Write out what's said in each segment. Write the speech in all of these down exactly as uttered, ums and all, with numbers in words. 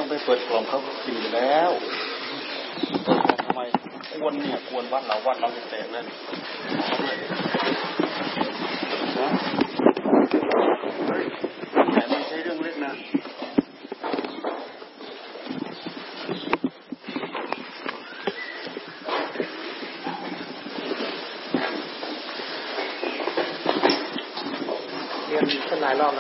ไปเปิดกล่องเขากินอยู่แล้วทำไมกวนเนี่ยกวนวัดเราวัดเราจะแตกนั่นแต่ไม่ใช่เรื่องเล็กนะเรียนขึ้นหลายรอบแล้ว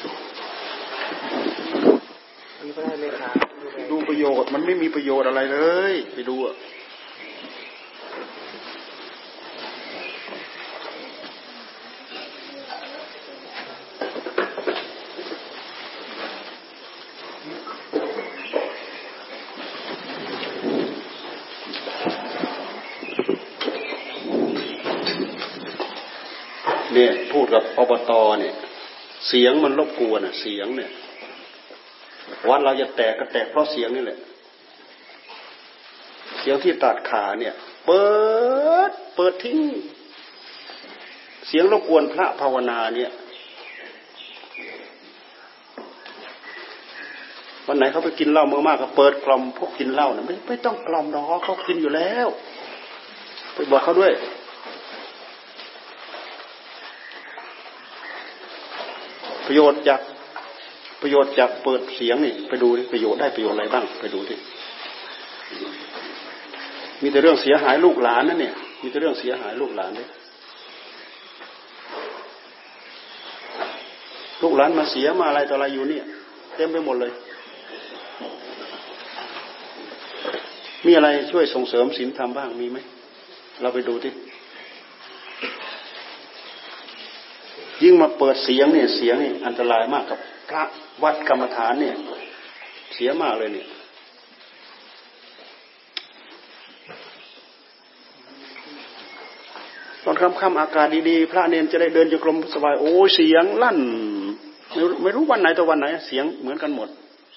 นี่ก็ได้เลยครับดูประโยชน์มันไม่มีประโยชน์อะไรเลยไปดูอ่ะเนี่ยพูดกับอบต.เนี่ยเสียงมันรบกวนอ่ะเสียงเนี่ยวัดเราจะแตกก็แตกเพราะเสียงนี่แหละเสียงที่ตัดขาเนี่ยเปิดเปิดทิ้งเสียงรบกวนพระภาวนาเนี่ยวันไหนเขาไปกินเหล้ามากๆก็เปิดกล่อมพวกกินเหล้าเนี่ยไม่ไม่ต้องกล่อมดอกเขากินอยู่แล้วไปบอกเขาด้วยประโยชน์จากประโยชน์จากเปิดเสียงนี่ไปดูดิประโยชน์ได้ประโยชน์อะไรบ้างไปดูดิมีแต่เรื่องเสียหายลูกหลานนั่นเนี่ยมีแต่เรื่องเสียหายลูกหลานเลยลูกหลานมาเสียมาอะไรต่ออะไรอยู่เนี่ยเต็มไปหมดเลยมีอะไรช่วยส่งเสริมศีลธรรมบ้างมีไหมเราไปดูดิยิ่งมาเปิดเสียงเนี่ยเสียงนี่อันตรายมากกับพระวัดกรรมฐานเนี่ยเสียมากเลยเนี่ยตอนค่ำๆอากาศดีๆพระเนรจะได้เดินจงกรมสบายโอ้เสียงลั่นไม่รู้ไม่รู้วันไหนต่อวันไหนเสียงเหมือนกันหมด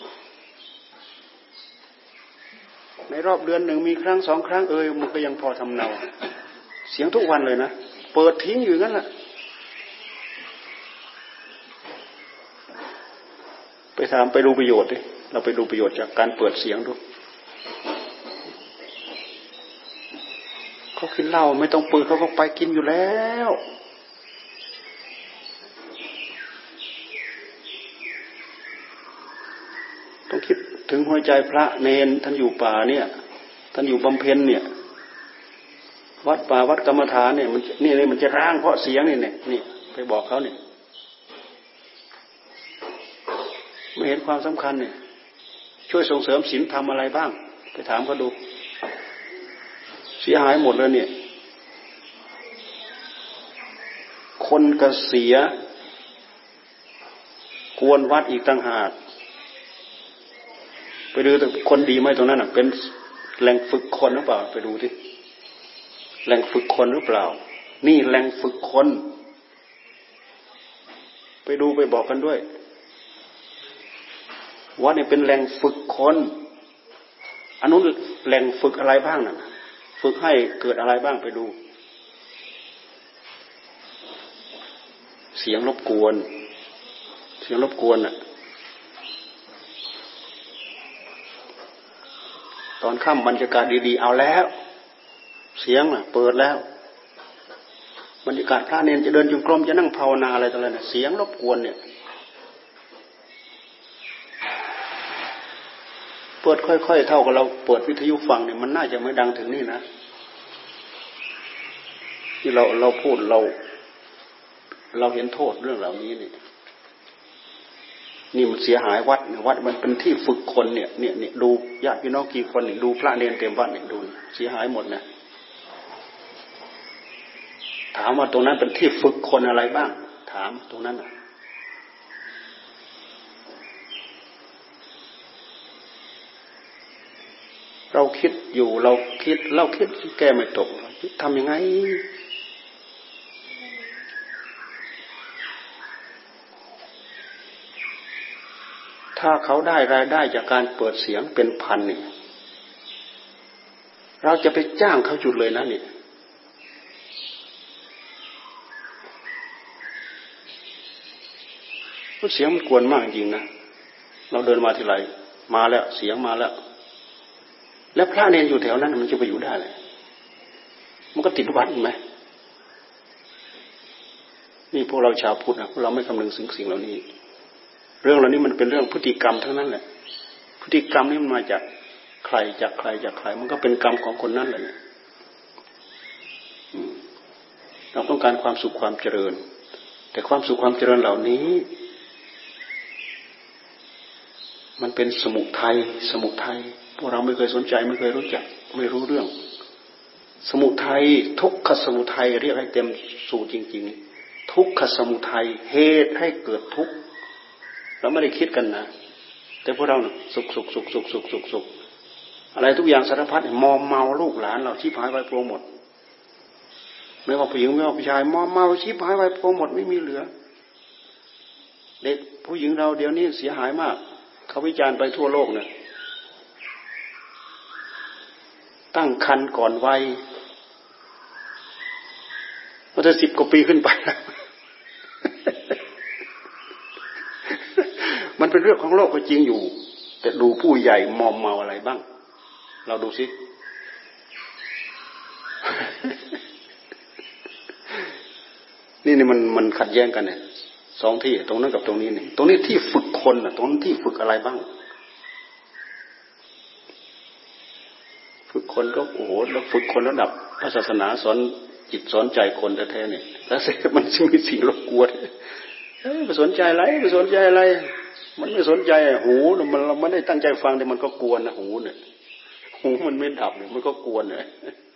ในรอบเดือนหนึ่งมีครั้งสองครั้งเอ้ยมันก็ยังพอทำเนาเสียงทุกวันเลยนะเปิดทิ้งอยู่งั้นแหละไปถามไปดูประโยชน์ดิเราไปดูประโยชน์จากการเปิดเสียงดูเขากินเหล้าไม่ต้องเปิดเขาก็ไปกินอยู่แล้วต้องคิดถึงหัวใจพระเนรท่านอยู่ป่าเนี่ยท่านอยู่บำเพ็ญเนี่ยวัดป่าวัดกรรมฐานเนี่ยมันนี่เลยมันจะร้างเพราะเสียงนี่เนี่ยนี่ไปบอกเขาเนี่ยไม่เห็นความสำคัญเนี่ยช่วยส่งเสริมศีลธรรมอะไรบ้างไปถามเขาดูเสียหายหมดเลยเนี่ยคนก็เสียกวนวัดอีกต่างหากไปดูแต่คนดีไหมตรงนั้นน่ะเป็นแหล่งฝึกคนหรือเปล่าไปดูดิแหล่งฝึกคนหรือเปล่านี่แหล่งฝึกคนไปดูไปบอกกันด้วยวัดนี่เป็นแหล่งฝึกคนอันนู้นแหล่งฝึกอะไรบ้างน่ะฝึกให้เกิดอะไรบ้างไปดูเสียงรบกวนเสียงรบกวนน่ะตอนค่ำบรรยากาศดีๆเอาแล้วเสียงน่ะเปิดแล้วบรรยากาศพระเนรจะเดินจงกรมจะนั่งภาวนาอะไรต่ออะไรน่ะเสียงรบกวนเนี่ยเปิดค่อยๆเท่ากับเราเปิดวิทยุฟังเนี่ยมันน่าจะไม่ดังถึงนี่นะที่เราเราพูดเราเราเห็นโทษเรื่องเหล่านี้นี่นี่มันเสียหายวัดวัดมันเป็นที่ฝึกคนเนี่ยเนี่ยเนี่ยดูญาติพี่น้องกี่คนเนี่ยดูพระเนรเต็มวัดเนี่ยดูเสียหายหมดนะถามว่าตรงนั้นเป็นที่ฝึกคนอะไรบ้างถามตรงนั้นนะเราคิดอยู่เราคิดเราคิดแก้ไม่ตกทำยังไงถ้าเขาได้รายได้จากการเปิดเสียงเป็นพันเนี่ยเราจะไปจ้างเขาจุดเลยนะเนี่ยเสียงมันกวนมากจริงนะเราเดินมาทีไรมาแล้วเสียงมาแล้วแล้วพระเนรอยู่แถวนั้นมันจะไปอยู่ได้เลยมันก็ติดวัดไหมนี่พวกเราชาวพุทธนะพวกเราไม่คำนึงถึงสิ่งเหล่านี้เรื่องเหล่านี้มันเป็นเรื่องพฤติกรรมทั้งนั้นแหละพฤติกรรมนี้มันมาจากใครจากใครจากใครมันก็เป็นกรรมของคนนั้นแหละเราต้องการความสุขความเจริญแต่ความสุขความเจริญเหล่านี้มันเป็นสมุทัยสมุทัยพวกเราไม่เคยสนใจไม่เคยรู้จักไม่รู้เรื่องสมุทัยทุกขสมุทัยเรียกให้เต็มสูตรจริงๆทุกขสมุทัยเหตุให้เกิดทุกข์เราไม่ได้คิดกันนะแต่พวกเราสุขสุขสุขสุขสุขสุขสุขอะไรทุกอย่างสารพัดมอมเมาลูกหลานเราชี้พายไว้โปรหมดไม่ว่าผู้หญิงไม่ว่าผู้ชายมอมเมาชี้พายไว้โปรหมดไม่มีเหลือเด็กผู้หญิงเราเดี๋ยวนี้เสียหายมากเขาวิจารณ์ไปทั่วโลกเนี่ยตั้งครรภ์ก่อนวัยมันจะสิบกว่าปีขึ้นไปมันเป็นเรื่องของโลกก็จริงอยู่แต่ดูผู้ใหญ่มอมเมาอะไรบ้างเราดูสินี่นี่มันมันขัดแย้งกันเนี่ยสองที่ตรงนั้นกับตรงนี้เนี่ยตรงนี้ที่ฝึกคนน่ะตรงนั้นที่ฝึกอะไรบ้างฝึกคนก็โอ้โหแล้วฝึกคนระดับพระศาสนาสอนจิตสอนใจคนแท้ๆเนี่ยแล้วมันจะมีสิ่งรบกวนเอ้ยไปสนใจอะไรไปสนใจอะไรมันไม่สนใจหูมันเราไม่ได้ตั้งใจฟังแต่มันก็กวนนะหูเนี่ยหูมันไม่ดับเนี่ยมันก็กวนเลย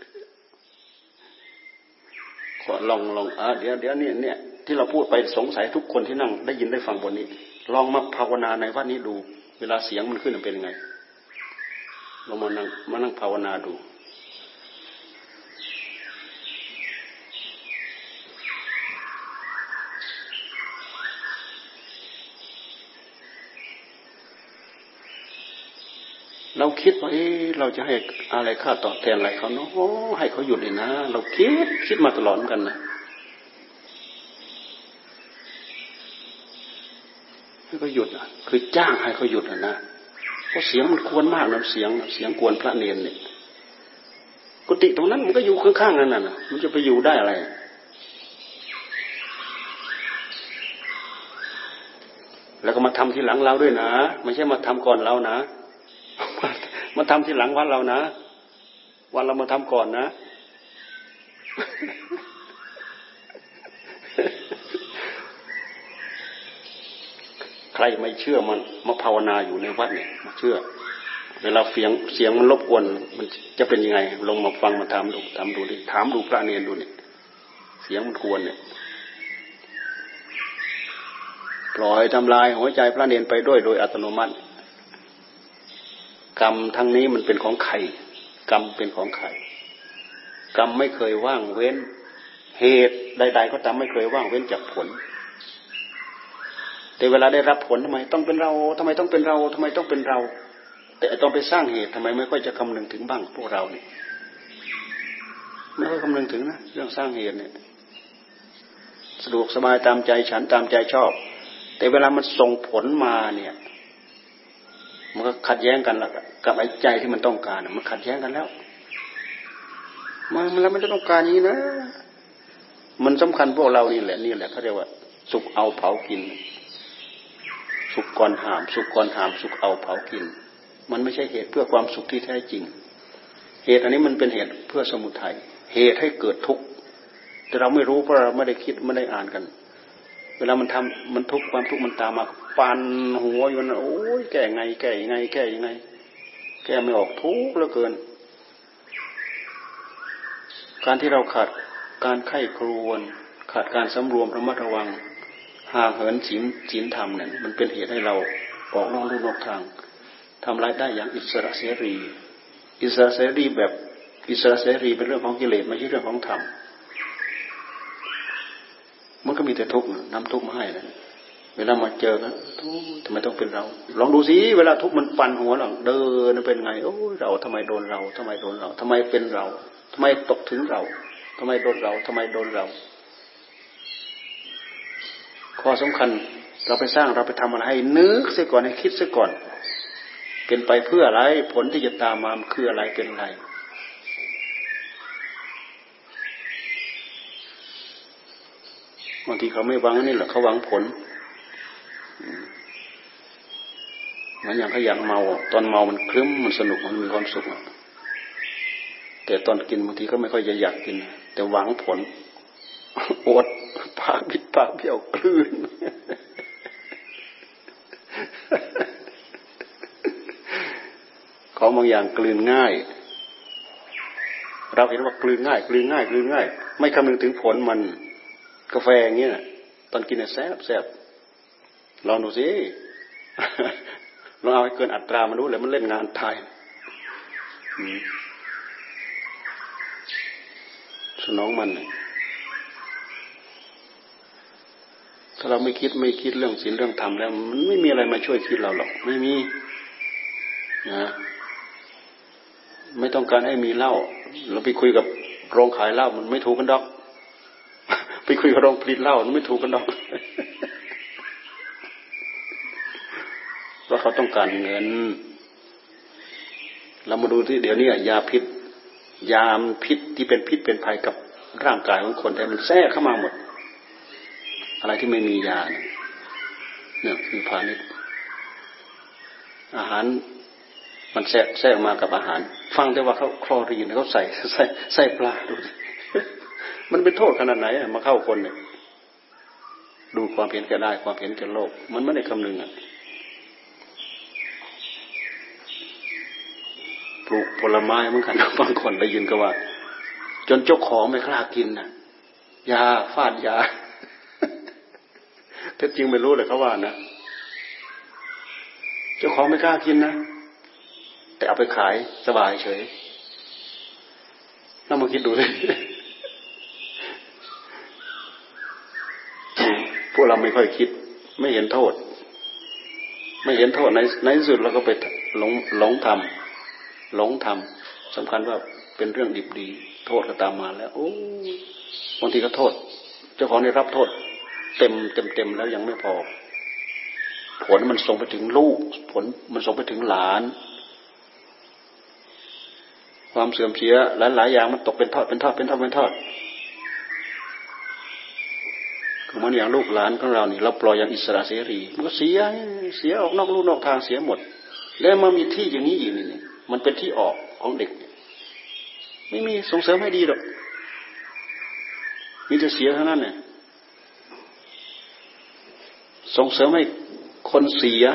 ขอลองลองอ่ะเดี๋ยวเดี๋ยวเนี่ยเนี่ยที่เราพูดไปสงสัยทุกคนที่นั่งได้ยินได้ฟังบนนี้ลองมาภาวนาในวัดนี้ดูเวลาเสียงมันขึ้นมันเป็นยังไงลองมานั่งมานั่งภาวนาดูเราคิดว่าเอ๊ะเราจะให้อะไรค่าตอบแทนอะไรเขาเนาะให้เขาหยุดเลยนะเราคิดคิดมาตลอดเหมือนกันนะให้เขาหยุดอ่ะคือจ้างให้เขาหยุดอ่ะนะเพราะเสียงมันกวนมากนะเสียงเสียงกวนพระเนรเนี่ยกุฏิตรงนั้นมันก็อยู่ข้างๆนั่นน่ะมันจะไปอยู่ได้อะไรแล้วก็มาทำทีหลังเราด้วยนะไม่ใช่มาทำก่อนเรานะมาทำทีหลังวันเรานะวันเรามาทำก่อนนะใครไม่เชื่อมันมาภาวนาอยู่ในวัดเนี่ยมาเชื่อเวลาเสียงเสียงมันรบกวนมันจะเป็นยังไงลงมาฟังมาทำดูทำดูดิถามดูพระเนรดูเนี่ยเสียงมันกวนเนี่ยปล่อยทำลายหัวใจพระเนรไปด้วยโดยอัตโนมัติกรรมทั้งนี้มันเป็นของใครกรรมเป็นของใครกรรมไม่เคยว่างเว้นเหตุใดๆก็ตามไม่เคยว่างเว้นจากผลแต่เวลาได้รับผลทำไมต้องเป็นเราทำไมต้องเป็นเราทำไมต้องเป็นเราแต่ต้องไปสร้างเหตุทำไมไม่ค่อยจะคำนึงถึงบ้างพวกเราเนี่ยไม่ค่อยคำนึงถึงนะเรื่องสร้างเหตุเนี่ยสะดวกสบายตามใจฉันตามใจชอบแต่เวลามันส่งผลมาเนี่ยมันก็ขัดแย้งกันแล้วกับไอ้ใจที่มันต้องการมันขัดแย้งกันแล้วมันแล้วมันจะต้องการนี้นะมันสำคัญพวกเรานี่แหละนี่แหละเขาเรียกว่าสุกเอาเผากินสุกก่อนหามสุกก่อนหามสุกเอาเผากินมันไม่ใช่เหตุเพื่อความสุขที่แท้จริงเหตุอันนี้มันเป็นเหตุเพื่อสมุทัยเหตุให้เกิดทุกข์แต่เราไม่รู้เพราะเราไม่ได้คิดไม่ได้อ่านกันเวลามันทำมันทุกข์ความทุกข์มันตามมาปันหัวอยู่นั่นโอ้ยแก้ไงแก้ยังไงแก้ยังไงแก้ไม่ออกทุกข์เหลือเกินการที่เราขาดการไข้ครวญขาดการสำรวมระมัดระวังห่างเหินศีลศีลธรรมเนี่ยมันเป็นเหตุให้เราออกนอกลู่นอกทางทำรายได้อย่างอิสระเสรีอิสระเสรีแบบอิสระเสรีเป็นเรื่องของกิเลสไม่ใช่เรื่องของธรรมมันก็มีแต่ทุกข์นำทุกข์มาให้นะเวลามาเจอกันทำไมต้องเป็นเราลองดูสิเวลาทุกข์มันปั่นหัวเราเดินเป็นไงโอ้เราทำไมโดนเราทำไมโดนเราทำไมเป็นเราทำไมตกถึงเราทำไมโดนเราทำไมโดนเราข้อสำคัญเราไปสร้างเราไปทำอะไรให้นึกเสียก่อนให้คิดเสียก่อนเป็นไปเพื่ออะไรผลที่จะตามมามันคืออะไรเป็นอะไรบางทีเขาไม่หวังนี่แหละเขาหวังผลเหมือนอย่างเขาอยากเมาตอนเมามันครึ้มมันสนุกมันมีความสุขแต่ตอนกินบางทีก็ไม่ค่อยจะอยากกินแต่หวังผลอดปากบิดปากเบี้ยวคลื่นของบางอย่างกลืนง่ายเราเห็นว่ากลืนง่ายกลืนง่ายกลืนง่ายไม่คำนึงถึงผลมันกาแฟอย่างเงี้ยตอนกินเนี่ยแซ่บแซ่บลองดูสิลองเอาให้เกินอัตรามันรู้เลยมันเล่นงานไทยสนองมันถ้าเราไม่คิดไม่คิดเรื่องศีลเรื่องธรรมแล้วมันไม่มีอะไรมาช่วยคิดเราหรอกไม่มีนะไม่ต้องการให้มีเหล้าเราไปคุยกับโรงขายเหล้ามันไม่ถูกกันดอกไปคุยกับโรงผลิตเหล้ามันไม่ถูกกันดอกเพราะเขาต้องการเงินเรามาดูที่เดี๋ยวนี้ยาพิษยาพิษที่เป็นพิษเป็นภัยกับร่างกายของคนแต่มันแทรกเข้ามาหมดอะไรที่ไม่มียาเนี่ยคือพาณิชย์อาหารมันแทรกแทรกมากับอาหารฟังแต่ว่าเขาคลอรีนเขาใส่ใส่ใส่ปลาดูมันเป็นโทษขนาดไหนมาเข้าคนเนี่ยดูความเห็นแก่ได้ความเห็นแก่โลกมันไม่ได้คำนึงอ่ะปลูกผลไม้เหมือนกันบางคนได้ยินก็ว่าจนเจ้าของไม่กล้ากินน่ะยาฟาดยาแท้จริงไม่รู้เลยเขาว่านะเจ้าของไม่กล้ากินนะแต่เอาไปขายสบายเฉยแล้วมาคิดดูเลยพวกเราไม่ค่อยคิดไม่เห็นโทษไม่เห็นโทษในในที่สุดเราก็ไปหลงหลงทำหลงทำสำคัญว่าเป็นเรื่องดิบดีโทษก็ตามมาแล้วโอ้บางทีก็โทษเจ้าของได้รับโทษเต็มเต็มเต็มแล้วยังไม่พอผลมันส่งไปถึงลูกผลมันส่งไปถึงหลานความเสื่อมเสียหลายๆอย่างมันตกเป็นทอดเป็นทอดเป็นทอดเป็นทอดคือมันอย่างลูกหลานของเรานี่เราปล่อยอย่างอิสระเสรีมันก็เสียเสียออกนอกลู่นอกทางเสียหมดแล้วมันมีที่อย่างนี้อยู่นี่มันเป็นที่ออกของเด็กไม่มีส่งเสริมให้ดีหรอกมีแต่เสียเท่านั้นเนี่ยส่งเสริมให้คนเสีย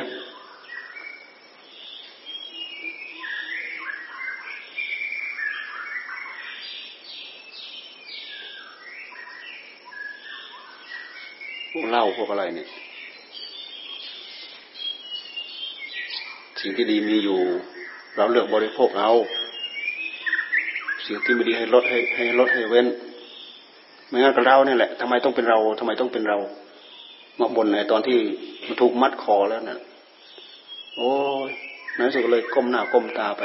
พวกเหล้าพวกอะไรเนี่ยสิ่งที่ดีมีอยู่เราเลือกบริโภคเอาสิ่งที่ไม่ดีให้ลดให้ให้ลดให้เว้นไม่งั้นกับเราเนี่ยแหละทำไมต้องเป็นเราทำไมต้องเป็นเรามาบ่นในตอนที่มันถูกมัดคอแล้วน่ะโอ้ยในที่สุดก็เลยก้มหน้าก้มตาไป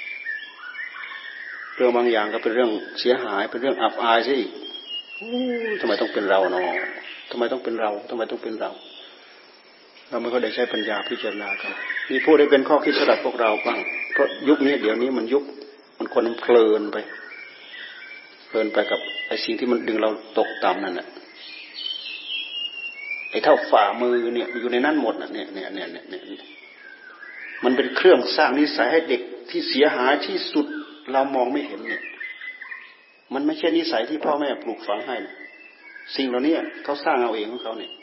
เรื่องบางอย่างก็เป็นเรื่องเสียหายเป็นเรื่องอับอายซะอีกทำไมต้องเป็นเราเนาะทำไมต้องเป็นเราทำไมต้องเป็นเราเราไม่ก็ได้ใช้ปัญญาพิจารณากันมีผู้ได้เป็นข้อคิดสำหรับพวกเราบ้างเพราะยุคนี้เดี๋ยวนี้มันยุคมันคนเพลินไปเพลินไปกับไอ้สิ่งที่มันดึงเราตกต่ำนั่นแหละไอ้เท่าฝ่ามือเนี่ยอยู่ในนั้นหมดน่ะเนี่ยเนี่ยเนี่ยเนี่ยมันเป็นเครื่องสร้างนิสัยให้เด็กที่เสียหายที่สุดเรามองไม่เห็นเนี่ยมันไม่ใช่นิสัยที่พ่อแม่ปลูกฝังให้สิ่งเหล่านี้เขาสร้างเอาเองของเขาเนี่ย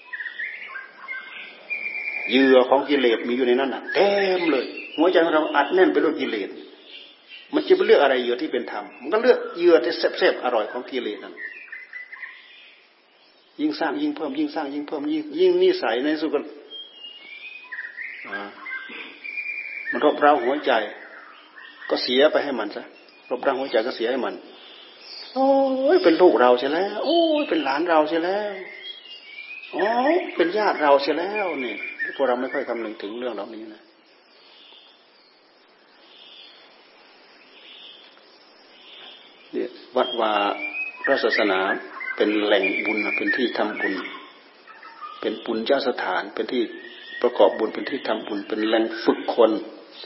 เหยื่อของกิเลสมีอยู่ในนั้นน่ะเต็มเลยหัวใจของเราอัดแน่นไปด้วยกิเลสมันจะไปเลือกอะไรเหยื่อที่เป็นธรรมมันก็เลือกเหยื่อที่แซ่บๆอร่อยของกิเลสนั่นยิ่งสร้างยิ่งเพิ่มยิ่งสร้างยิ่งเพิ่มยิ่งยิ่งนิสัยในสุดก็มันรบเร้าหัวใจก็เสียไปให้มันซะรบเร้าหัวใจก็เสียให้มันโอ้ยเป็นลูกเราใช่แล้วโอ้ยเป็นหลานเราใช่แล้วอ๋อเป็นญาติเราใช่แล้วนี่พวกเราไม่ค่อยคำนึงถึงเรื่องเหล่านี้นะเนี่ยวัดวาพระศาสนาเป็นแหล่งบุญเป็นที่ทำบุญเป็นปุญญสถานเป็นที่ประกอบบุญเป็นที่ทำบุญเป็นแหล่งฝึกคน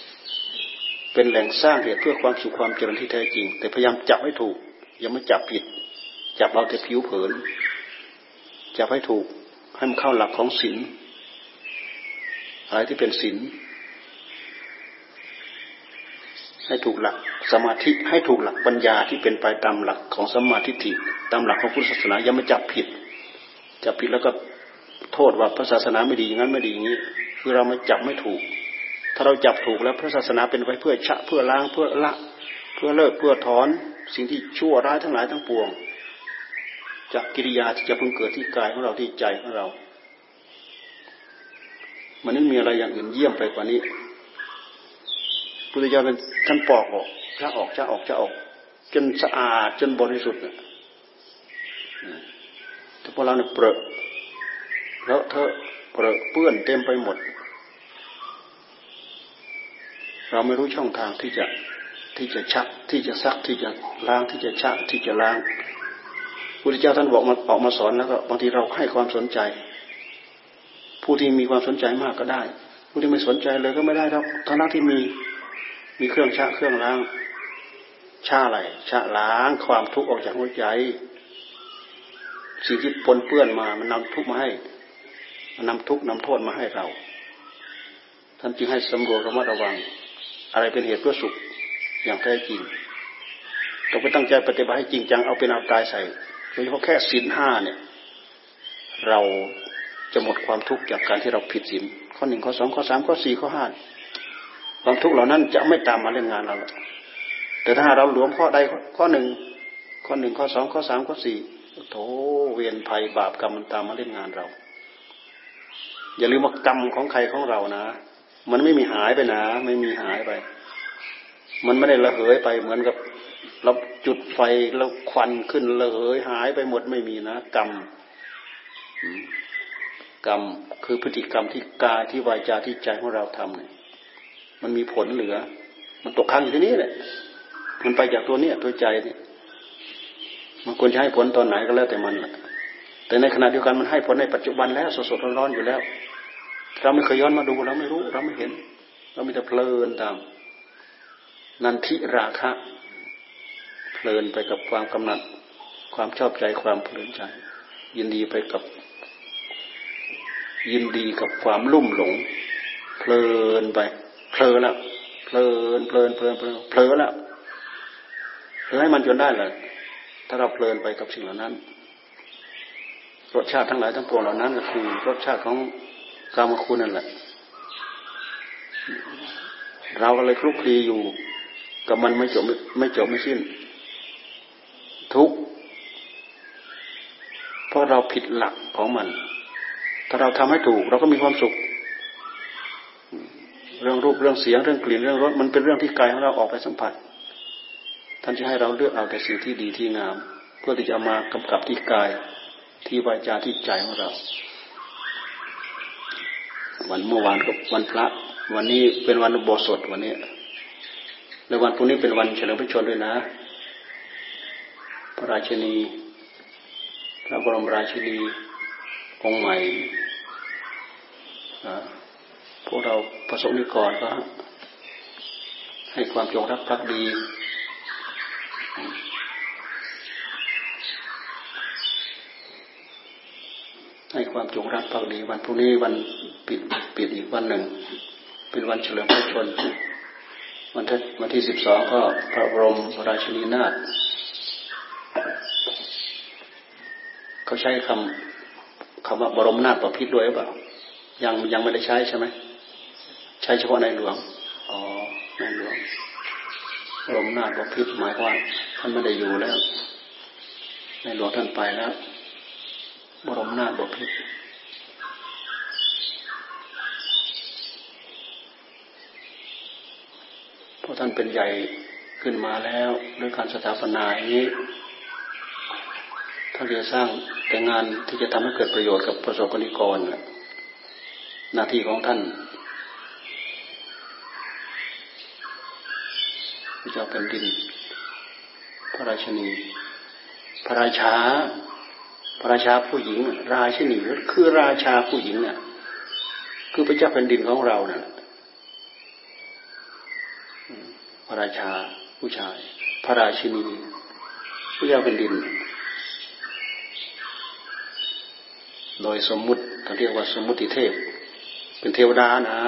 เป็นแหล่งสร้างเหตุเพื่อความสุขความเจริญที่แท้จริงแต่พยายามจับให้ถูกอย่ามาจับผิดจับเอาแต่ผิวเผินจับให้ถูกให้มันเข้าหลักของศีลอะไรที่เป็นศีลให้ถูกหลักสมาธิให้ถูกหลักปัญญาที่เป็นไปตามหลักของสัมมาทิฏฐิตามหลักของพุทธศาสนาอย่ามาจับผิดจับผิดแล้วก็โทษว่าพระศาสนาไม่ดีอย่างนั้นไม่ดีอย่างนี้คือเราไม่จับไม่ถูกถ้าเราจับถูกแล้วพระศาสนาเป็นไปเพื่อชะเพื่อล้างเพื่อละเพื่อเลิกเพื่อถอนสิ่งที่ชั่วร้ายทั้งหลายทั้งปวงจากกิริยาที่จะพึงเกิดที่กายของเราที่ใจของเรามันไม่มีอะไรอย่างอื่นเยี่ยมไปกว่านี้พุทธเจ้าเป็นท่านปอกออกชะออกชะออกชะออกจนสะอาดจนบริสุทธิ์แต่พวกเราเนี่ยเปรอะเลอะเทอะเปรอะเปื้อนเต็มไปหมดเราไม่รู้ช่องทางที่จะที่จะชักที่จะซักที่จะล้างที่จะชักที่จะล้างพุทธเจ้าท่านบอกมาออกมาสอนแล้วก็บางทีเราให้ความสนใจผู้ที่มีความสนใจมากก็ได้ผู้ที่ไม่สนใจเลยก็ไม่ได้ครับทั้งนั้นที่มีมีเครื่องชะเครื่องล้างชะอะไรชะล้างความทุกข์ออกจากหัวใจสิ่งที่ปนเปื้อนมามันนำทุกข์มาให้มันนำทุกข์นำโทษมาให้เราท่านจึงให้สำรวจระมัดระวังอะไรเป็นเหตุเพื่อสุขอย่างแท้จริงต้องไปตั้งใจปฏิบัติให้จริงจังเอาเป็นเอาตายใส่โดยเฉพาะแค่ศีลห้าเนี่ยเราจะหมดความทุกข์จากการที่เราผิดศีลข้อหนึ่งข้อสองข้อสามข้อสี่ข้อห้าความทุกข์เหล่านั้นจะไม่ตามมาเล่นงานเราหรอกแต่ถ้าเราหลวมข้อใดข้อหนึ่งข้อหนึ่งข้อสองข้อสามข้อสี่โถเวรภัยบาปกรรมมันตามมาเล่นงานเราอย่าลืมว่ากรรมของใครของเรานะมันไม่มีหายไปนะไม่มีหายไปมันไม่ได้ระเหยไปเหมือนกับเราจุดไฟแล้วควันขึ้นระเหยหายไปหมดไม่มีนะกรรมกรรมคือพฤติกรรมที่กายที่วาจาที่ใจของเราทำเนี่ยมันมีผลเหลือมันตกค้างอยู่ที่นี่แหละมันไปจากตัวเนี้ยตัวใจเนี่ยมันควรจะให้ผลตอนไหนก็แล้วแต่มันแหละแต่ในขณะเดียวกันมันให้ผลในปัจจุบันแล้วสดๆร้อนๆอยู่แล้วเราไม่เคยย้อนมาดูเราไม่รู้เราไม่เห็นเรามีแต่เพลินตามนันทิราคะเพลินไปกับความกำหนัดความชอบใจความเพลินใจยินดีไปกับยินดีกับความลุ่มหลงเพลินไปเพลินแล้วเพลินเพลินเพลินเพลินเพลินแล้วเพลินให้มันจนได้เลยถ้าเราเพลินไปกับสิ่งเหล่านั้นรสชาติทั้งหลายทั้งปวงเหล่านั้นก็คือรสชาติของกามคุณนั่นแหละเราก็เลยคลุกคลีอยู่กับมันไม่จบไม่จบไม่สิ้นทุกข์เพราะเราผิดหลักของมันถ้าเราทำให้ถูกเราก็มีความสุขเรื่องรูปเรื่องเสียงเรื่องกลิ่นเรื่องรสมันเป็นเรื่องที่กายของเราออกไปสัมผัสท่านจะให้เราเลือกเอาแต่สิ่งที่ดีที่งามเพื่อที่จะมากำกับที่กายที่วาจาที่ใจของเราวันเมื่อวานกับวันพระวันนี้เป็นวันอุโบสถวันนี้และวันพรุ่งนี้เป็นวันเฉลิมพระชนม์ด้วยนะพระราชินีพระบรมราชินีองค์ใหม่พวกเราประสบนิกรก็ให้ความจงรักภักดีให้ความจงรักภักดีวันพรุ่งนี้วันปิดปิดอีกวันหนึ่งเป็นวันเฉลิมพระชนม์วันที่วันที่สิบสองก็พระบรมราชินีนาถเขาใช้คำคำว่าบรมนาถบพิตรด้วยหรือเปล่ายังยังไม่ได้ใช้ใช่ไหมใช้เฉพาะในหลวงอ๋อในหลวงบรมนาถบพิตรหมายว่าท่านไม่ได้อยู่แล้วในหลวงท่านไปแล้วบรมนาถบพิตรเพราะท่านเป็นใหญ่ขึ้นมาแล้วด้วยการสถาปนาอย่างนี้ท่านจะสร้างแต่งานที่จะทำให้เกิดประโยชน์กับประสบกนิกรหน้าที่ของท่านพระเจ้าแผ่นดินพระราชินีพระราชาพระราชาผู้หญิงราชินีคือราชาผู้หญิงเนี่ยคือพระเจ้าแผ่นดินของเราเนี่ยพระราชาผู้ชายพระราชินีผู้เจ้าแผ่นดินโดยสมมุติเขาเรียกว่าสมมุติเทพเป็นเทวดานะ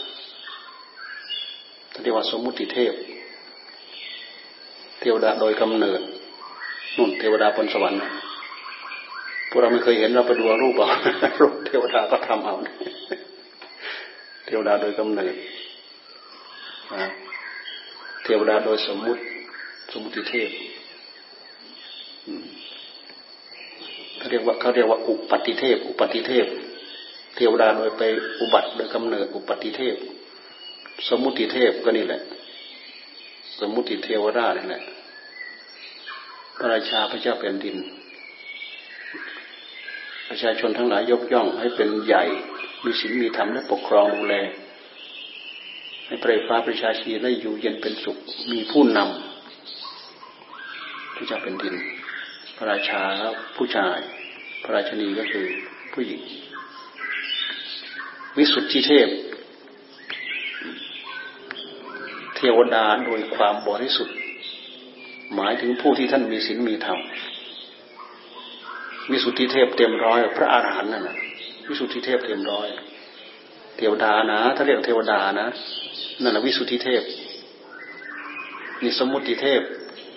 เขาเรียกว่าสมมุติเทพเทวดาโดยกำเนิดนู่นเทวดาบนสวรรค์พวกเราไม่เคยเห็นเราไปดูรูปเอารูปเทวดาก็ทำเอาเทวดาโดยกำเนิดเทวดาโดยสมมุติสมมุติเทพเขาเรียกว่าเขาเรียกว่าอุปัติเทพอุปัติเทพเทวดาโดยไปอุบัติโดยกำเนิดอุปัติเทพสมมุติเทพก็นี่แหละสมมุติเทวดานี่แหละพระราชาพระเจ้าแผ่นดินประชาชนทั้งหลายยกย่องให้เป็นใหญ่มีศีลมีธรรมและปกครองดูแลให้ประฟ้าประชาชีได้อยู่เย็นเป็นสุขมีผู้นำพระเจ้าแผ่นดินพระราชาผู้ชายพระราชนีก็คือผู้หญิงวิสุทธิเทพเทวดาโดยความบริสุทธิ์หมายถึงผู้ที่ท่านมีศีลมีธรรมวิสุทธิเทพเต็มร้อยพระอรหันต์นั่นน่ะวิสุทธิเทพเต็มร้อยเทวดานะถ้าเรียกเทวดานะนั่นแหละวิสุทธิเทพนี่สมมุติเทพ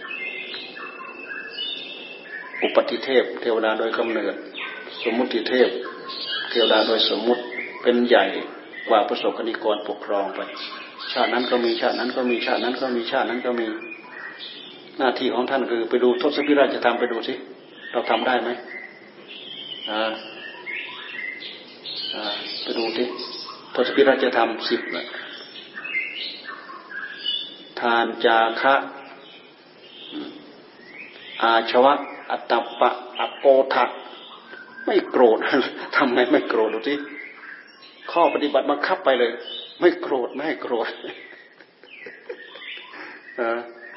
อุปติเทพเทวดาโดยกำเนิดสมมุติเทพเทวดาโดยสมมุติเป็นใหญ่กว่าประสบกนิกรปกครองไปชาตินั้นก็มีชาตินั้นก็มีชาตินั้นก็มีชาตินั้นก็มีหน้าที่ของท่านคือไปดูทศพิราชธรรมไปดูสิเราทำได้ไหมอ่าอ่าไปดูสิทศพิราชธรรมสิบนะทานจาคะอาชวะอัตตปะอโปทะไม่โกรธทำไงไม่โกรธดูสิข้อปฏิบัติบังคับไปเลยไม่โกรธไม่โกรธอะ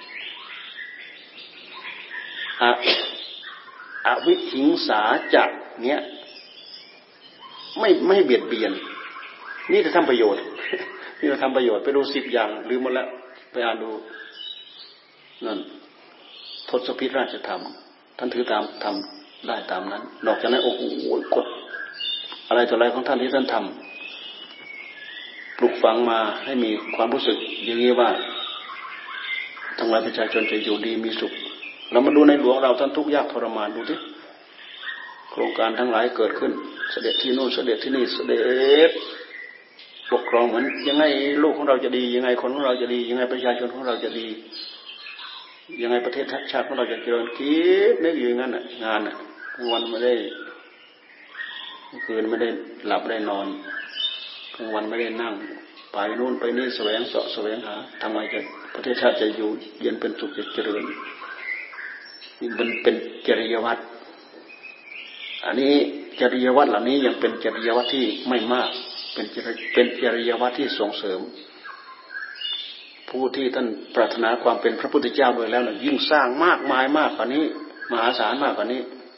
อะอวิหิงสาจักเนี้ยไม่ไม่เบียดเบียนนี่จะทำประโยชน์นี่จะทำประโยชน์ไปดูสิบอย่างลืมหมดแล้วไปอ่านดูนั่นทศพิราชธรรมท่านถือตามทำได้ตามนั้นนอกจากนั้นโอ้โหกฎอะไรต่ออะไรของท่านที่ท่านทำปลุกฝังมาให้มีความรู้สึกอย่างนี้ว่าทั้งหลายประชาชนจะอยู่ดีมีสุขเรามาดูในหลวงเราท่านทุกข์ยากทรมานดูสิโครงการทั้งหลายเกิดขึ้นเสด็จที่โน่นเสด็จที่นี่เสด็จปกครองเหมือนยังไงลูกของเราจะดียังไงคนของเราจะดียังไงประชาชนของเราจะดียังไงประเทศชาติของเราจะเจริญคิดนึกอยู่งั้นน่ะงานน่ะทั้งวันไม่ได้เมื่อคืนไม่ได้หลับได้นอนทั้งวันไม่ได้นั่งไปนู่นไปนี่แสวงเสาะแสวงหาทำไมจะประเทศชาติจะอยู่เย็นเป็นสุขจะเจริญมันเป็นจริยวัตรอันนี้จริยวัตรเหล่านี้ยังเป็นจริยวัตรที่ไม่มากเป็นเป็นจริยวัตรที่ส่งเสริมผู้ที่ท่านปรารถนาความเป็นพระพุทธเจ้าโดยแล้วนะยิ่งสร้างมากมายมากกว่านี้มหาศาลมากกว่านี้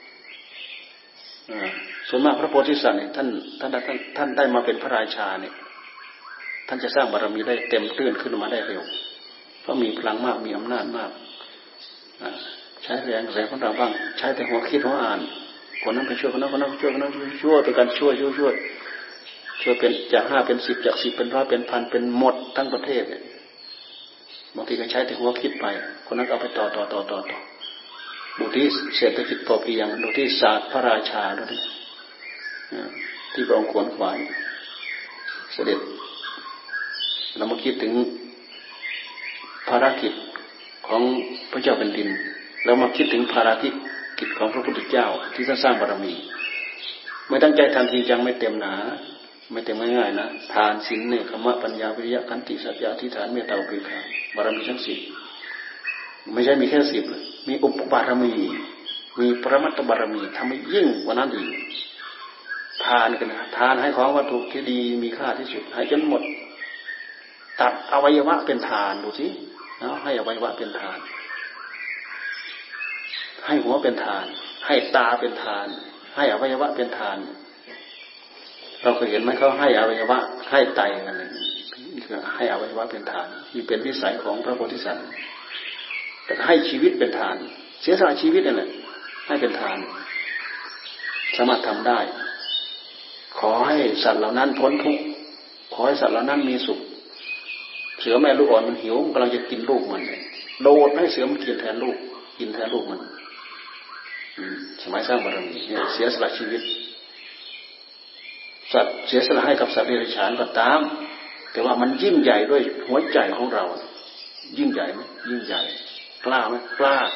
ส่วนมากพระโพธิสัตว์เนี่ยท่านท่านท่านท่านได้มาเป็นพระราชาเนี่ยท่านจะสร้างบารมีได้เต็มตื้นขึ้นมาได้เร็วเพราะมีพลังมากมีอำนาจมากใช้แรงแรงของเราบ้างใช้แต่หัวคิดหัวอ่านคนนั้นไปช่วยคนนั้นคนนั้นไปช่วยคนนั้นไปช่วยตัวกันช่วยช่วยช่วยช่วยเป็นจากห้าเป็นสิบจากสิบเป็นร้อยเป็นพันเป็นหมดทั้งประเทศเนี่ยบางทีก็ใช้แต่หัวคิดไปคนนั้นเอาไปต่อต่อต่อต่อต่อดูที่เศรษฐกิจพอเพียงดูที่ศาสตร์พระราชาดูที่ที่พระองค์ขวนขวายเสด็จเรามาคิดถึงภารกิจของพระเจ้าแผ่นดินแล้วมาคิดถึงภารกิจกิจของพระพุทธเจ้าที่ท่านสร้างบารมีไม่ตั้งใจทำจริงจังไม่เต็มหนาไม่เต็มง่ายๆนะทานศีลเนคขมะปัญญาวิริยะขันติสัจจะอธิษฐานเมตตาอุเบกขาบารมีทั้งสิบไม่ใช่มีแค่สิบมีอุปบารมีมีปรมัตถบารมีทำให้ยิ่งกว่านั้นอีกทานกันนะทานให้ของวัตถุที่ดีมีค่าที่สุดให้จนหมดตัดอวัยวะเป็นทานดูสินะให้อวัยวะเป็นทานให้หัวเป็นทานให้ตาเป็นทานให้อวัยวะเป็นทานเราเคยเห็นไหมเขาให้อวัยวะให้ไตกันเลยนี่คือให้อวัยวะเป็นทานนี่เป็นวิสัยของพระโพธิสัตว์แต่ให้ชีวิตเป็นทานเสียสละชีวิตนั่นแหละให้เป็นทานสามารถทำได้ขอให้สัตว์เหล่านั้นพ้นทุกข์ขอให้สัตว์เหล่านั้นมีสุขเสือแม่ลูกอ่อนมันหิวมันกำลังจะกินลูกมันโดดให้เสือมันกินแทนลูกกินแทนลูกมันสมัยสร้างบารมีเนี่ยเสียสละชีวิตสัตว์เสียสละให้กับสัตว์เดรัจฉานก็ตามแต่ว่ามันยิ่งใหญ่ด้วยหัวใจของเรายิ่งใหญ่ไหมยิ่งใหญ่กล้าไหมกล้า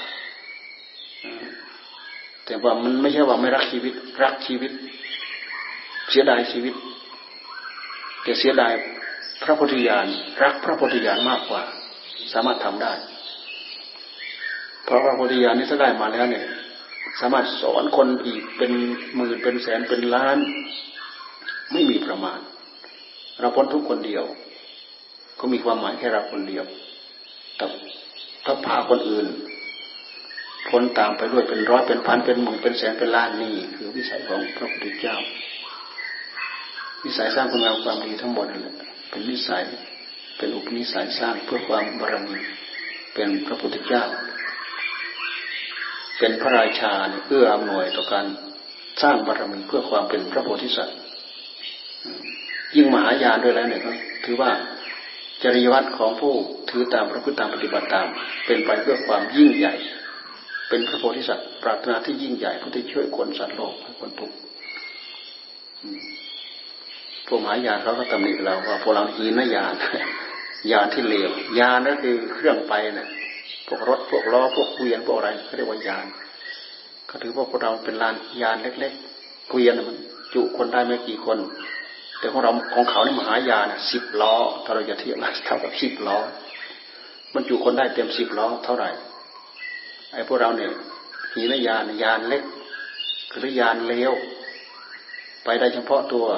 แต่ว่ามันไม่ใช่ว่าไม่รักชีวิตรักชีวิตเสียดายชีวิตแต่เสียดายพระโพธิญาณรักพระโพธิญาณมากกว่าสามารถทำได้เพราะพระโพธิญาณนี้ถ้าได้มาแล้วเนี่ยสามารถสอนคนอีกเป็นหมื่นเป็นแสนเป็นล้านไม่มีประมาณเราพ้นทุกคนเดียวก็มีความหมายแค่เราคนเดียวแต่ถ้าพาคนอื่นพ้นตามไปด้วยเป็นร้อยเป็นพันเป็นหมื่นเป็นแสนเป็นล้านนี่คือวิสัยของพระพุทธเจ้าวิสัยสร้างคุณงามความดีทั้งหมดนั่นแหละเป็นวิสัยเป็นอุปนิสัยสร้างเพื่อความบารมีเป็นพระพุทธเจ้าเป็นพระราชาเนี่ยเอื้ออำนวยต่อการสร้างบารมีเพื่อความเป็นพระโพธิสัตว์ยิ่งมหายานด้วยแล้วเนี่ยก็ถือว่าจริยวัตรของผู้ถือตามพระพุทธตามปฏิบัติตามเป็นไปเพื่อความยิ่งใหญ่เป็นพระโพธิสัตว์ปรารถนาที่ยิ่งใหญ่เพื่อที่ช่วยคนสัตว์โลกให้คนทุกข์พวกมหายานเขาก็ตำหนิเราว่าพวกเราหีนญาณญาณที่เลวยานนั่นคือเครื่องไปเนี่ยพวกรถพวกล้อพวกเกวียนพวกอะไรเขาเรียกว่ายานเขาถือว่าพวกเราเป็นลานยานเล็กๆเกวียนมันจุคนได้ไม่กี่คนแต่ของเราของเขาในมหายานสิบล้อถ้าเราจะเทียบเท่ากับสิบล้อมันจุคนได้เต็มสิบล้อเท่าไหร่ไอ้พวกเราเนี่ยหีนญาณยานเล็กคือยานเลวไปได้เฉพาะตัว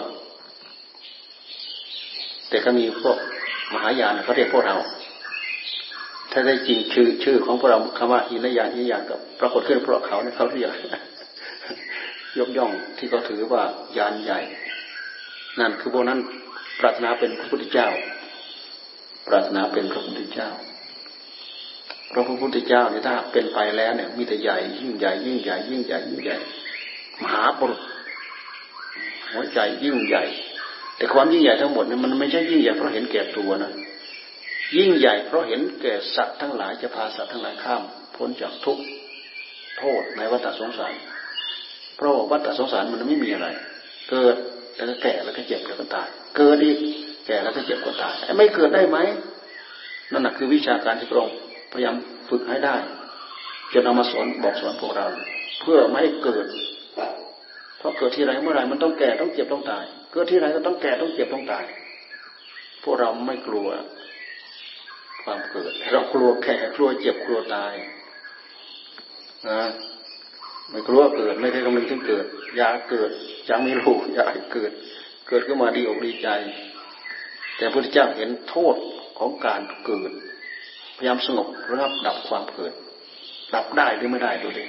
แต่ก็มีพวกมหายานเขาเรียกพวกเราถ้าได้จริงชื่อชื่อของพวกเราคำว่าหินญาณหินญาณกับปรากฏขึ้นเพราะเขาเนี่ยเขาเรียกยกย่องที่เขาถือว่ายานใหญ่นั่นคือพวกนั้นปรารถนาเป็นพระพุทธเจ้าปรารถนาเป็นพระพุทธเจ้าเพราะพระพุทธเจ้าเนี่ยถ้าเป็นไปแล้วเนี่ยมีแต่ใหญ่ยิ่งใหญ่ยิ่งใหญ่ยิ่งใหญ่ยิ่งใหญ่มหาบุรุษหัวใจยิ่งใหญ่แต่ความยิ่งใหญ่ทั้งหมดเนี่ยมันไม่ใช่ยิ่งใหญ่เพราะเห็นแก่ตัวนะยิ่งใหญ่เพราะเห็นแก่สัตว์ทั้งหลายจะพาสัตว์ทั้งหลายข้ามพ้นจากทุกข์โทษในวัฏสงสารเพราะว่าวัฏสงสารมันไม่มีอะไรเกิดแล้วก็แก่แล้วก็เจ็บแล้วก็ตายเกิดอีกแก่แล้วก็เจ็บก็ตายไม่เกิดได้ไหมนั่นแหละคือวิชาการที่พระองค์พยายามฝึกให้ได้จนเอามาสอนบอกสอนพวกเราเพื่อไม่ให้เกิดเพราะเกิดที่ไรเมื่อไรมันต้องแก่ต้องเจ็บต้องตายเกิดที่ไรก็ต้องแก่ต้องเจ็บต้องตายพวกเราไม่กลัวความเกิดเรากลัวแก่กลัวเจ็บกลัวตายนะไม่กลัวเกิดไม่ได้คำนึงถึงเกิดอยากเกิดอยากมีลูกอยากเกิดเกิดขึ้นมาดีอกดีใจแต่พระพุทธเจ้าเห็นโทษของการเกิดพยายามสงบระงับดับความเกิดดับได้หรือไม่ได้ดูดิ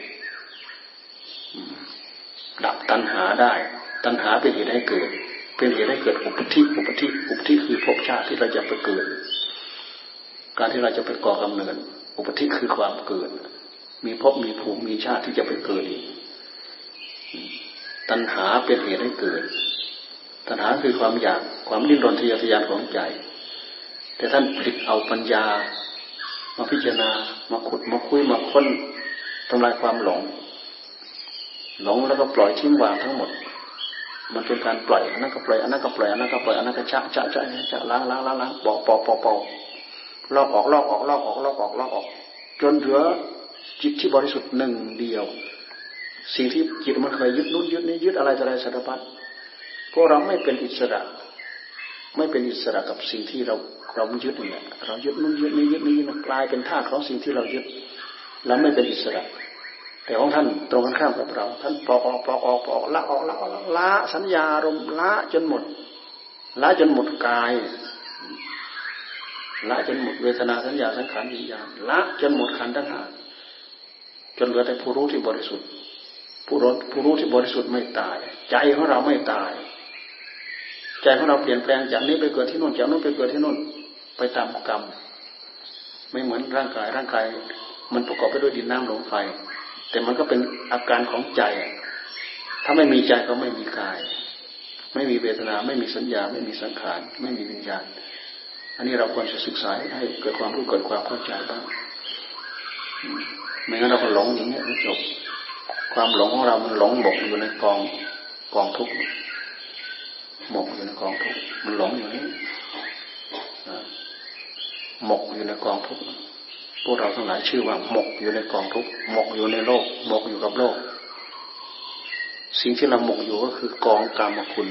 ดับตัณหาได้ตัณหาเป็นเหตุให้เกิดเป็นเหตุให้เกิดอุปธิอุปธิอุปธิคือภพชาติที่เราจะไปเกิดการที่เราจะไปก่อกำเนิดอุปธิคือความเกิดมีภพมีภูมิมีชาติที่จะไปเกิดอีกตัณหาเป็นเหตุให้เกิดตัณหาคือความอยากความดิ้นรนทะเยอทะยานของใจแต่ท่านผลิตเอาปัญญามาพิจารณามาขุดมาคุยมาค้นทำลายความหลงหลงแล้วก็ปล่อยทิ้งวางทั้งหมดมันเป็นการปล่อยอันนั้นก็ปล่อยอันนั้นก็ปล่อยอันนั้นก็ปล่อยอันนั้นก็ชะชะชะชะล้างล้างล้างล้างปอกปอกปอกปอกลอกออกลอกออกลอกออกลอกออกลอกออกจนเหลือจิตที่บริสุทธิ์หนึ่งเดียวสิ่งที่จิตมันเคยยึดนู้นยึดนี้ยึดอะไรต่ออะไรสารพัดพวกเราไม่เป็นอิสระไม่เป็นอิสระกับสิ่งที่เราเรายึดเนี่ยเรายึดนู้นยึดนี้ยึดนี้มันกลายเป็นธาตุของสิ่งที่เรายึดเราไม่เป็นอิสระแต่ของท่านตรงกันข้ามกับเราท่านปอกออกปอกออกปอกละออกละออกละสัญญาอารมณ์ละจนหมดละจนหมดกายละจนหมดเวทนาสัญญาสังขารวิญญาณละจนหมดขันธ์ทั้งห้าจนเหลือแต่ผู้รู้ที่บริสุทธิ์ผู้รู้ผู้รู้ที่บริสุทธิ์ไม่ตายใจของเราไม่ตายใจของเราเปลี่ยนแปลงจากนี้ไปเกิดที่โน่นจากโน่นไปเกิดที่โน่นไปตามกรรมไม่เหมือนร่างกายร่างกายมันประกอบไปด้วยดินน้ำลมไฟแต่มันก็เป็นอาการของใจถ้าไม่มีใจก็ไม่มีกายไม่มีเวทนาไม่มีสัญญาไม่มีสังขารไม่มีวิญญาณอันนี้เราควรจะศึกษาให้เกิดความรู้เกิดความเข้าใจบ้างไม่งั้นเราก็หลงอย่างนี้ไม่จบความหลงของเรามันหลงหมกอยู่ในกองกองทุกข์หมกอยู่ในกองทุกข์มันหลงอยู่นี้หมกอยู่ในกองทุกข์พวกเราทั้งหลายชื่อว่าหมกอยู่ในกองทุกข์หมกอยู่ในโลกหมกอยู่กับโลกสิ่งที่เราหมกอยู่ก็คือกองกามคุณ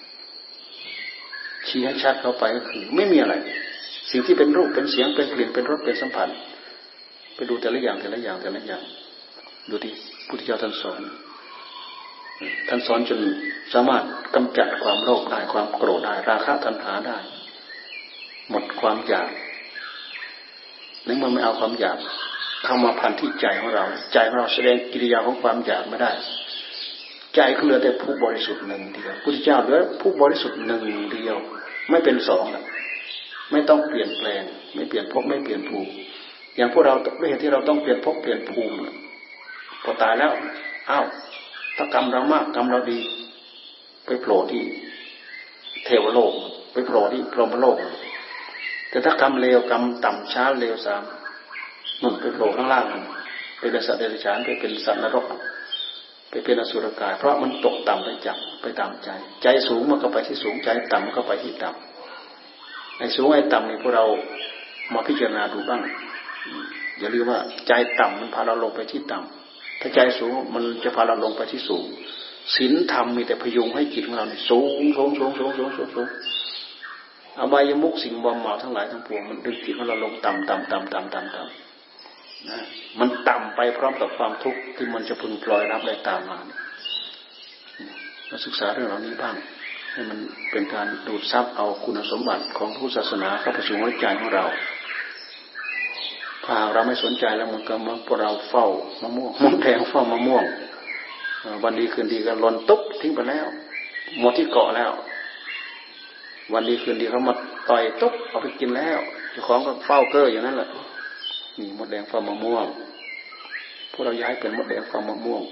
ชี้ให้ชัดเข้าไปก็คือไม่มีอะไรสิ่งที่เป็นรูปเป็นเสียงเป็นกลิ่นเป็นรสเป็นสัมผัสไปดูแต่ละอย่างแต่ละอย่างแต่ละอย่างดูที่พุทธเจ้าท่านสอนท่านสอนจนสามารถกำจัดความโลภได้ความโกรธได้ราคะตัณหาได้หมดความอยากนึกมันไม่เอาความอยากเข้ามาพันที่ใจของเราใจของเราแสดงกิริยาของความอยากไม่ได้ใจก็เหลือแต่ผู้บริสุทธิ์หนึ่งเดียวพุทธเจ้าเหลือผู้บริสุทธิ์หนึ่งเดียวไม่เป็นสองไม่ต้องเปลี่ยนแปลงไม่เปลี่ยนภพไม่เปลี่ยนภูมิอย่างพวกเราด้วยเหตุที่เราต้องเปลี่ยนภพเปลี่ยนภูมิพอตายแล้วอ้าวถ้ากรรมเรามากกรรมเราดีไปโผล่ที่เทวโลกไปโผล่ที่พรหมโลกแต่ถ้ากรรมเลวกรรมต่ำช้าเลวสามนุ่นไปโผล่ข้างล่างไปเป็นสัตว์เดรัจฉานไปเป็นสัตว์นรกไปเป็นอสุรกายเพราะมันตกต่ำไปจับไปตามใจใจสูงมันก็ไปที่สูงใจต่ำมันก็ไปที่ต่ำไอ้สูงไอ้ต่ำนี่พวกเรามาพิจารณาดูบ้างอย่าลืมว่าใจต่ำมันพาเราลงไปที่ต่ำถ้าใจสูงมันจะพาเราลงไปที่สูงศีลธรรมมีแต่พยุงให้จิตของเราเนี่ยสูงสูงสูงสูงสูงสูงสูงอบายมุขสิ่งบอมเหมาทั้งหลายทั้งปวงมันดึงจิตของเราลงต่ำต่ำต่ำต่ำต่ำต่ำนะมันต่ำไปพร้อมกับความทุกข์ที่มันจะพึงพลอยรับได้ตามมาเราศึกษาเรื่องเหล่านี้บ้างให้มันเป็นการดูดซับเอาคุณสมบัติของพุทธศาสนาเข้าไปสู่หัวใจของเราถ้าเราไม่สนใจแล้วมันก็เหมือนพวกเราเฝ้ามะม่วงมันแทงเฝ้ามะม่วงวันดีคืนดีก็หล่นตุ๊บทิ้งไปแล้วหมดที่เกาะแล้ววันดีคืนดีเขามาต่อยตุ๊บเอาไปกินแล้วเจ้าของก็เฝ้าเก้ออย่างนั้นแหละนี่มดแดงเฝ้ามะม่วงพวกเราย้ายเป็นมดแดงเฝ้ามะม่วง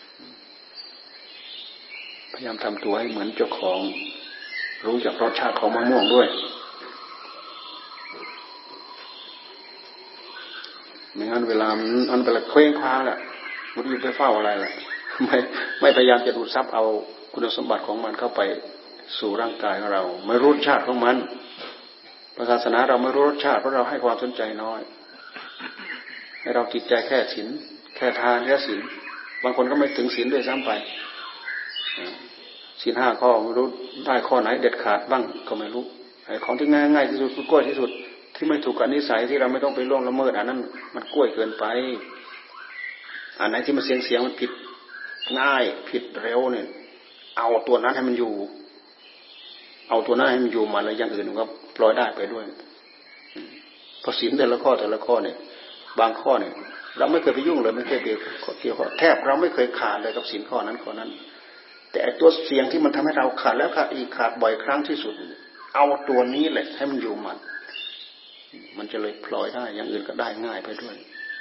พยายามทำตัวให้เหมือนเจ้าของรู้จักรสชาติของมะม่วงด้วยไม่งั้นเวลามันอันเป็นเคว้งคว้างแหละมันอยู่ไปเฝ้าอะไรแหละไม่ไม่พยายามจะดูดซับเอาคุณสมบัติของมันเข้าไปสู่ร่างกายของเราไม่รู้รสชาติของมันศาสนาเราไม่รู้รสชาติเพราะเราให้ความสนใจน้อยให้เราจิตใจแค่ศีลแค่ทานแค่ศีลบางคนก็ไม่ถึงศีลด้วยซ้ำไปศีลห้าข้อไม่รู้ได้ข้อไหนเด็ดขาดบ้างก็ไม่รู้ไอ้ของที่ง่ายง่ายที่สุดคือกล้วยที่สุดที่ไม่ถูกกับนิสัยที่เราไม่ต้องไปล่วงละเมิดอันนั้นมันกล้วยเกินไปอันไหนที่มันเสียงเสียงมันผิดง่ายผิดเร็วเนี่ยเอาตัวนั้นให้มันอยู่เอาตัวนั้นให้มันอยู่มาแล้วอย่างอื่นก็ปล่อยได้ไปด้วยพอศีลแต่ละข้อแต่ละข้อเนี่ยบางข้อเนี่ยเราไม่เคยไปยุ่งเลยไม่เคยไปเกี่ยวข้องแทบเราไม่เคยขาดเลยกับศีลข้อนั้นข้อนั้นแต่ตัวเสียงที่มันทำให้เราขาดแล้วขาดอีกขาดบ่อยครั้งที่สุดเอาตัวนี้แหละให้มันอยู่มันมันจะเลยปล่อยได้อย่างอื่นก็ได้ง่ายไปด้วย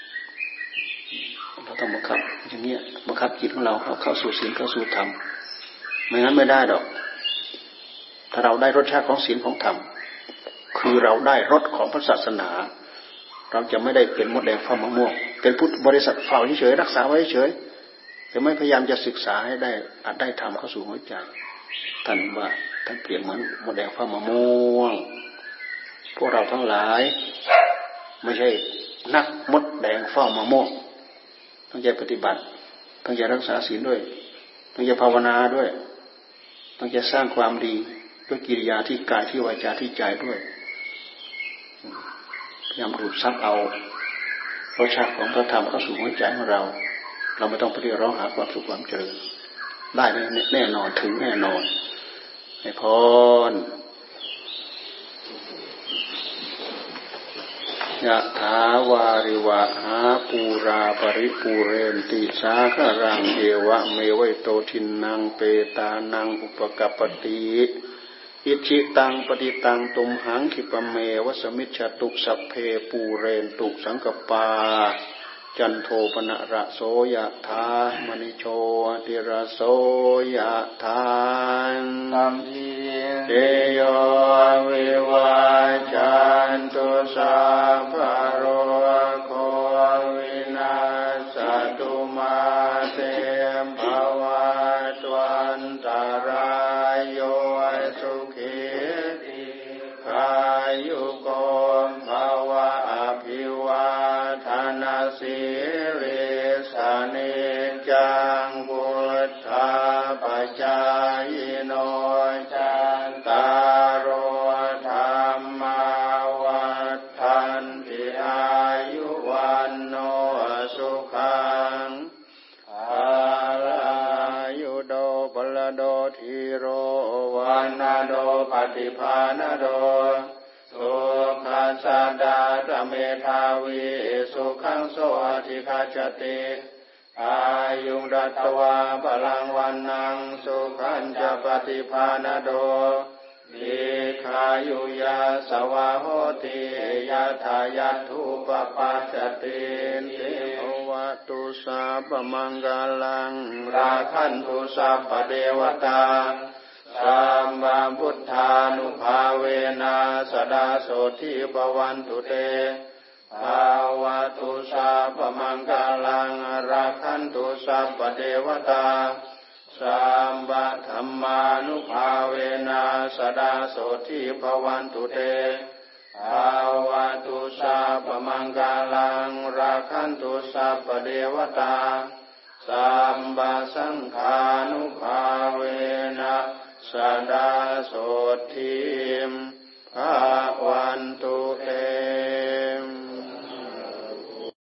เราต้องบังคับอย่างเงี้ยบังคับจิตของเราเข้าเข้าสู่ศีลเข้าสู่ธรรมไม่งั้นไม่ได้ดอกถ้าเราได้รสชาติของศีลของธรรมคือเราได้รสของพระศาสนาเราจะไม่ได้เป็นมดแดงเฝ้ามะม่วงเป็นพุทธบริษัทเฝ้าเฉยๆรักษาไว้เฉยจะไม่พยายามจะศึกษาให้ได้อาจได้ธรรมเข้าสู่หัวใจท่านว่าท่านเปรียบเหมือนมดแดงเฝ้ามะม่วงพวกเราทั้งหลายไม่ใช่นักมดแดงเฝ้ามะม่วงต้องใจปฏิบัติต้องใจรักษาศีลด้วยต้องใจภาวนาด้วยต้องใจสร้างความดีด้วยกิริยาที่กายที่วาจาที่ใจด้วยพยายามดูดซับเอารสชาติของพระธรรมเข้าสู่หัวใจของเราเราไม่ต้องไปเรียกร้องหาความสุขความเจริญได้แน่นอนถึงแน่นอนให้พรยะถาวาริวะหาปูราปริปูเรนติสาคารังเอวะเมวัยโตทินังเปตานังอุปกัปปติอิชิตังปฏิตังตุมหังคิปะเมวสมิจฉตุสัพเพปูเรนตุสังกปาจันโทปนะระโสยถามณิโชติระโสยถาสัมภิเตโยวิวัจจันตุสัพพะโรโควินาศตุมาเตภวัตวันตรายโยสุขีขายุโกภวะอภิวาทนาสิริสเนจังพุทธาปัจจายโนจันตารโอธรรมาวัฏฏันติอายุวันโนสุขังภายุโดภลโดทีโรวันนาโดปฏิภาณโดสุขัสสะดาตเมธาวิสุขังโสอธิคาจติอายุรัตวาพลังวันนังสุขันจะปฏิภาณโดดิขายุยาสวะโหติยะถายัตถุปปัสสตินิโอวัตุสาปมังกาลังราคันตุสัพพเทวตาสัมมาพุทธานุภาเวนะสดาโสทิภวันตุเตภาวะตุสัพพมังกาลังราคันตุสัพพเทวตาสัมมาธัมมานุภาเวนะสดาโสทิภวันตุเตภาวะตุสัพพมังกาลังราคันตุสัพพเทวตาสัมมาสังฆานุภาเวนะสดาโสทิภ